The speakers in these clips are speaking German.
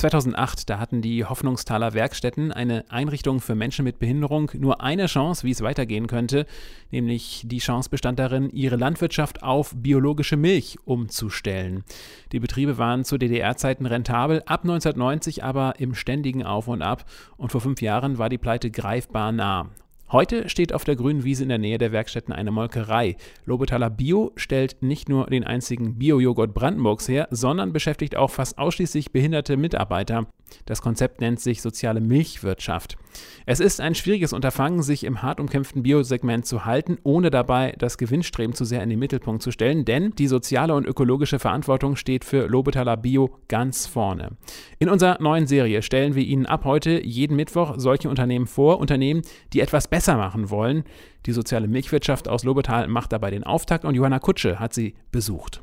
2008, da hatten die Hoffnungstaler Werkstätten, eine Einrichtung für Menschen mit Behinderung, nur eine Chance, wie es weitergehen könnte, nämlich die Chance bestand darin, ihre Landwirtschaft auf biologische Milch umzustellen. Die Betriebe waren zu DDR-Zeiten rentabel, ab 1990 aber im ständigen Auf und Ab und vor 5 Jahren war die Pleite greifbar nah. Heute steht auf der grünen Wiese in der Nähe der Werkstätten eine Molkerei. Lobethaler Bio stellt nicht nur den einzigen Bio-Joghurt Brandenburgs her, sondern beschäftigt auch fast ausschließlich behinderte Mitarbeiter. Das Konzept nennt sich soziale Milchwirtschaft. Es ist ein schwieriges Unterfangen, sich im hart umkämpften Biosegment zu halten, ohne dabei das Gewinnstreben zu sehr in den Mittelpunkt zu stellen, denn die soziale und ökologische Verantwortung steht für Lobethaler Bio ganz vorne. In unserer neuen Serie stellen wir Ihnen ab heute jeden Mittwoch solche Unternehmen vor, Unternehmen, die etwas besser machen wollen. Die soziale Milchwirtschaft aus Lobetal macht dabei den Auftakt und Johanna Kutsche hat sie besucht.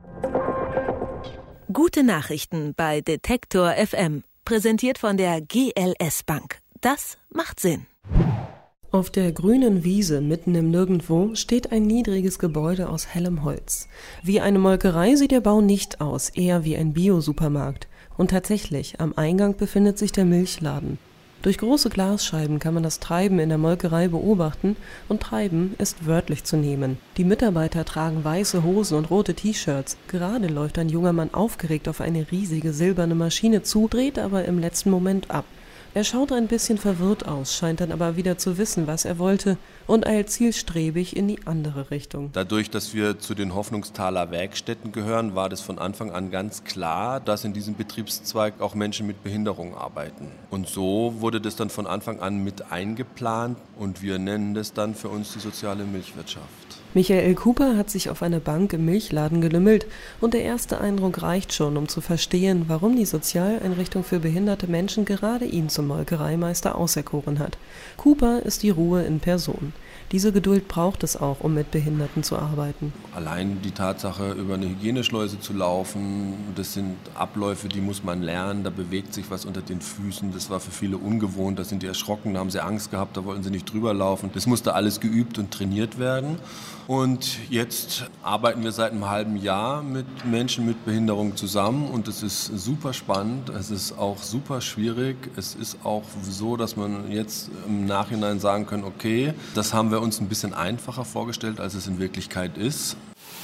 Gute Nachrichten bei Detektor FM. Präsentiert von der GLS Bank. Das macht Sinn. Auf der grünen Wiese mitten im Nirgendwo steht ein niedriges Gebäude aus hellem Holz. Wie eine Molkerei sieht der Bau nicht aus, eher wie ein Bio-Supermarkt. Und tatsächlich, am Eingang befindet sich der Milchladen. Durch große Glasscheiben kann man das Treiben in der Molkerei beobachten und Treiben ist wörtlich zu nehmen. Die Mitarbeiter tragen weiße Hosen und rote T-Shirts. Gerade läuft ein junger Mann aufgeregt auf eine riesige silberne Maschine zu, dreht aber im letzten Moment ab. Er schaut ein bisschen verwirrt aus, scheint dann aber wieder zu wissen, was er wollte und eilt zielstrebig in die andere Richtung. Dadurch, dass wir zu den Hoffnungstaler Werkstätten gehören, war das von Anfang an ganz klar, dass in diesem Betriebszweig auch Menschen mit Behinderung arbeiten. Und so wurde das dann von Anfang an mit eingeplant und wir nennen das dann für uns die soziale Milchwirtschaft. Michael Cooper hat sich auf eine Bank im Milchladen gelümmelt und der erste Eindruck reicht schon, um zu verstehen, warum die Sozialeinrichtung für behinderte Menschen gerade ihn zum Molkereimeister auserkoren hat. Cooper ist die Ruhe in Person. Diese Geduld braucht es auch, um mit Behinderten zu arbeiten. Allein die Tatsache, über eine Hygieneschleuse zu laufen, das sind Abläufe, die muss man lernen, da bewegt sich was unter den Füßen, das war für viele ungewohnt, da sind die erschrocken, da haben sie Angst gehabt, da wollten sie nicht drüber laufen. Das musste alles geübt und trainiert werden. Und jetzt arbeiten wir seit einem halben Jahr mit Menschen mit Behinderung zusammen und es ist super spannend, es ist auch super schwierig. Es ist auch so, dass man jetzt im Nachhinein sagen kann, okay, das haben wir uns ein bisschen einfacher vorgestellt, als es in Wirklichkeit ist.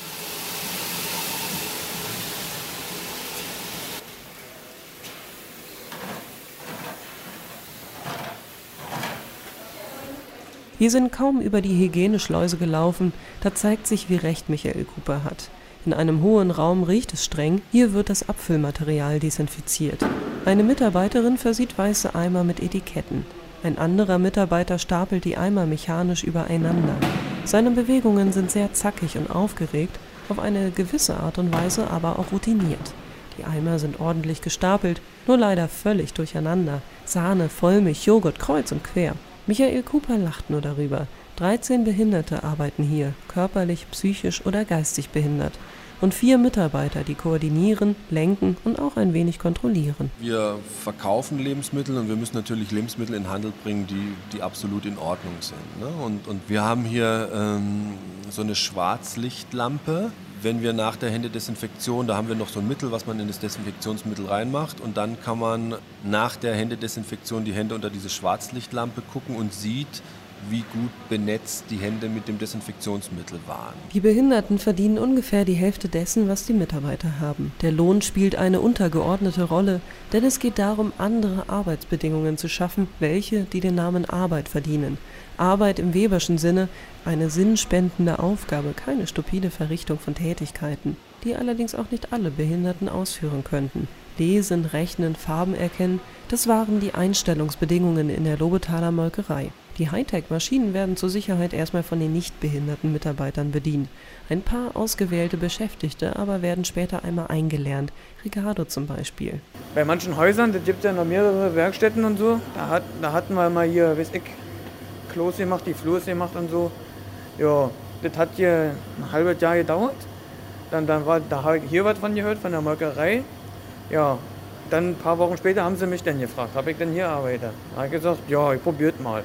Wir sind kaum über die Hygieneschleuse gelaufen, da zeigt sich, wie recht Michael Cooper hat. In einem hohen Raum riecht es streng, hier wird das Abfüllmaterial desinfiziert. Eine Mitarbeiterin versieht weiße Eimer mit Etiketten. Ein anderer Mitarbeiter stapelt die Eimer mechanisch übereinander. Seine Bewegungen sind sehr zackig und aufgeregt, auf eine gewisse Art und Weise aber auch routiniert. Die Eimer sind ordentlich gestapelt, nur leider völlig durcheinander. Sahne, Vollmilch, Joghurt, kreuz und quer. Michael Cooper lacht nur darüber. 13 Behinderte arbeiten hier, körperlich, psychisch oder geistig behindert. Und 4 Mitarbeiter, die koordinieren, lenken und auch ein wenig kontrollieren. Wir verkaufen Lebensmittel und wir müssen natürlich Lebensmittel in den Handel bringen, die absolut in Ordnung sind. Ne? Und wir haben hier so eine Schwarzlichtlampe. Wenn wir nach der Händedesinfektion, da haben wir noch so ein Mittel, was man in das Desinfektionsmittel reinmacht und dann kann man nach der Händedesinfektion die Hände unter diese Schwarzlichtlampe gucken und sieht, wie gut benetzt die Hände mit dem Desinfektionsmittel waren. Die Behinderten verdienen ungefähr die Hälfte dessen, was die Mitarbeiter haben. Der Lohn spielt eine untergeordnete Rolle, denn es geht darum, andere Arbeitsbedingungen zu schaffen, welche, die den Namen Arbeit verdienen. Arbeit im Weberschen Sinne, eine sinnspendende Aufgabe, keine stupide Verrichtung von Tätigkeiten, die allerdings auch nicht alle Behinderten ausführen könnten. Lesen, Rechnen, Farben erkennen, das waren die Einstellungsbedingungen in der Lobethaler Molkerei. Die Hightech-Maschinen werden zur Sicherheit erstmal von den nicht behinderten Mitarbeitern bedient. Ein paar ausgewählte Beschäftigte aber werden später einmal eingelernt. Ricardo zum Beispiel. Bei manchen Häusern, das gibt ja noch mehrere Werkstätten und so, da hatten wir mal hier, weiß ich, Klos gemacht, die Flurs gemacht und so. Ja, das hat hier ein halbes Jahr gedauert. Dann war da hier was von gehört, von der Molkerei. Ja, dann ein paar Wochen später haben sie mich dann gefragt, ob ich denn hier arbeite. Da habe ich gesagt, ja, ich probiert mal.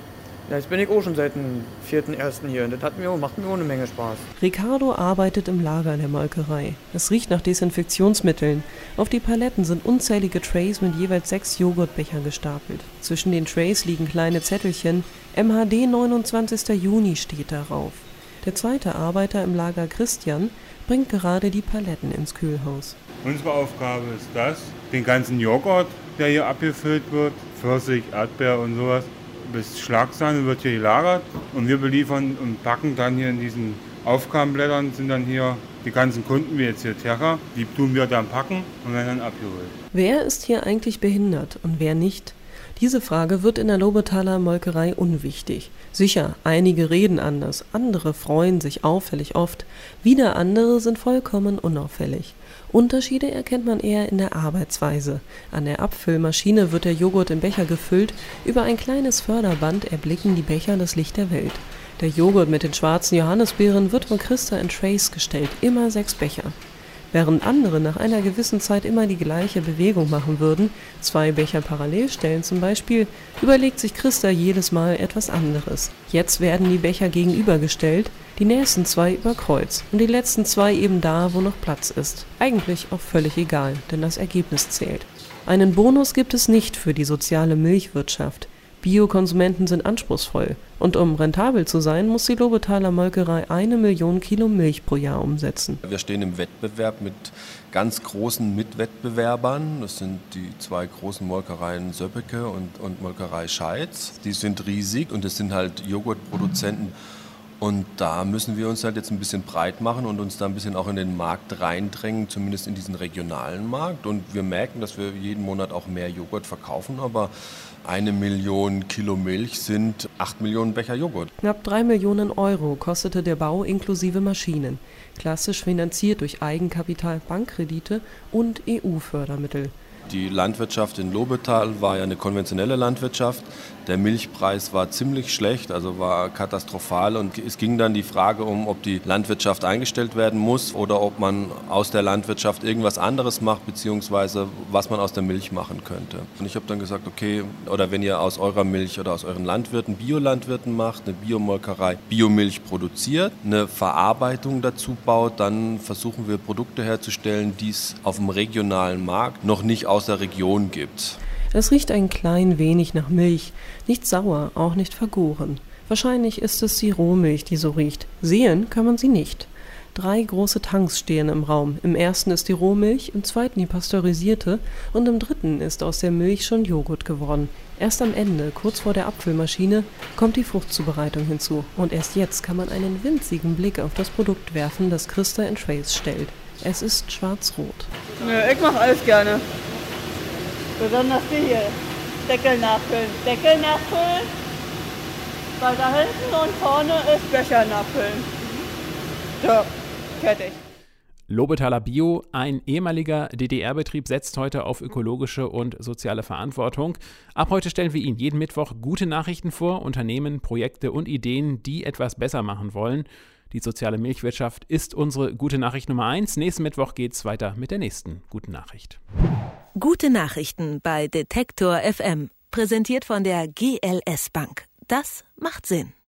Ja, jetzt bin ich auch schon seit dem 4.1. hier. Das macht mir auch eine Menge Spaß. Ricardo arbeitet im Lager der Molkerei. Es riecht nach Desinfektionsmitteln. Auf die Paletten sind unzählige Trays mit jeweils 6 Joghurtbechern gestapelt. Zwischen den Trays liegen kleine Zettelchen. MHD 29. Juni steht darauf. Der zweite Arbeiter im Lager, Christian, bringt gerade die Paletten ins Kühlhaus. Unsere Aufgabe ist das, den ganzen Joghurt, der hier abgefüllt wird, Pfirsich, Erdbeer und sowas, bis Schlagsahne wird hier gelagert und wir beliefern und packen dann hier in diesen Aufgabenblättern, sind dann hier die ganzen Kunden, wie jetzt hier Terra, die tun wir dann packen und werden dann abgeholt. Wer ist hier eigentlich behindert und wer nicht? Diese Frage wird in der Lobethaler Molkerei unwichtig. Sicher, einige reden anders, andere freuen sich auffällig oft, wieder andere sind vollkommen unauffällig. Unterschiede erkennt man eher in der Arbeitsweise. An der Abfüllmaschine wird der Joghurt in Becher gefüllt, über ein kleines Förderband erblicken die Becher das Licht der Welt. Der Joghurt mit den schwarzen Johannisbeeren wird von Christa in Trays gestellt, immer 6 Becher. Während andere nach einer gewissen Zeit immer die gleiche Bewegung machen würden, 2 Becher parallel stellen zum Beispiel, überlegt sich Christa jedes Mal etwas anderes. Jetzt werden die Becher gegenübergestellt, die nächsten 2 über Kreuz und die letzten 2 eben da, wo noch Platz ist. Eigentlich auch völlig egal, denn das Ergebnis zählt. Einen Bonus gibt es nicht für die soziale Milchwirtschaft. Biokonsumenten sind anspruchsvoll und um rentabel zu sein, muss die Lobethaler Molkerei 1 Million Kilo Milch pro Jahr umsetzen. Wir stehen im Wettbewerb mit ganz großen Mitwettbewerbern. Das sind die 2 großen Molkereien Söppeke und Molkerei Scheitz. Die sind riesig und das sind halt Joghurtproduzenten. Und da müssen wir uns halt jetzt ein bisschen breit machen und uns da ein bisschen auch in den Markt reindrängen, zumindest in diesen regionalen Markt. Und wir merken, dass wir jeden Monat auch mehr Joghurt verkaufen, aber 1 Million Kilo Milch sind 8 Millionen Becher Joghurt. Knapp 3 Millionen Euro kostete der Bau inklusive Maschinen, klassisch finanziert durch Eigenkapital, Bankkredite und EU-Fördermittel. Die Landwirtschaft in Lobetal war ja eine konventionelle Landwirtschaft. Der Milchpreis war ziemlich schlecht, also war katastrophal. Und es ging dann die Frage um, ob die Landwirtschaft eingestellt werden muss oder ob man aus der Landwirtschaft irgendwas anderes macht, beziehungsweise was man aus der Milch machen könnte. Und ich habe dann gesagt, okay, oder wenn ihr aus eurer Milch oder aus euren Landwirten Biolandwirten macht, eine Biomolkerei Biomilch produziert, eine Verarbeitung dazu baut, dann versuchen wir Produkte herzustellen, die es auf dem regionalen Markt noch nicht aus der Region gibt. Es riecht ein klein wenig nach Milch, nicht sauer, auch nicht vergoren. Wahrscheinlich ist es die Rohmilch, die so riecht. Sehen kann man sie nicht. 3 große Tanks stehen im Raum. Im ersten ist die Rohmilch, im zweiten die pasteurisierte und im dritten ist aus der Milch schon Joghurt geworden. Erst am Ende, kurz vor der Abfüllmaschine, kommt die Fruchtzubereitung hinzu. Und erst jetzt kann man einen winzigen Blick auf das Produkt werfen, das Christa in Trays stellt. Es ist schwarz-rot. Ja, ich mache alles gerne. Besonders die hier. Deckel nachfüllen. Deckel nachfüllen. Weil da hinten und vorne ist Becher nachfüllen. So, fertig. Lobethaler Bio, ein ehemaliger DDR-Betrieb, setzt heute auf ökologische und soziale Verantwortung. Ab heute stellen wir Ihnen jeden Mittwoch gute Nachrichten vor, Unternehmen, Projekte und Ideen, die etwas besser machen wollen. Die soziale Milchwirtschaft ist unsere gute Nachricht Nummer 1. Nächsten Mittwoch geht es weiter mit der nächsten guten Nachricht. Gute Nachrichten bei Detektor FM. Präsentiert von der GLS Bank. Das macht Sinn.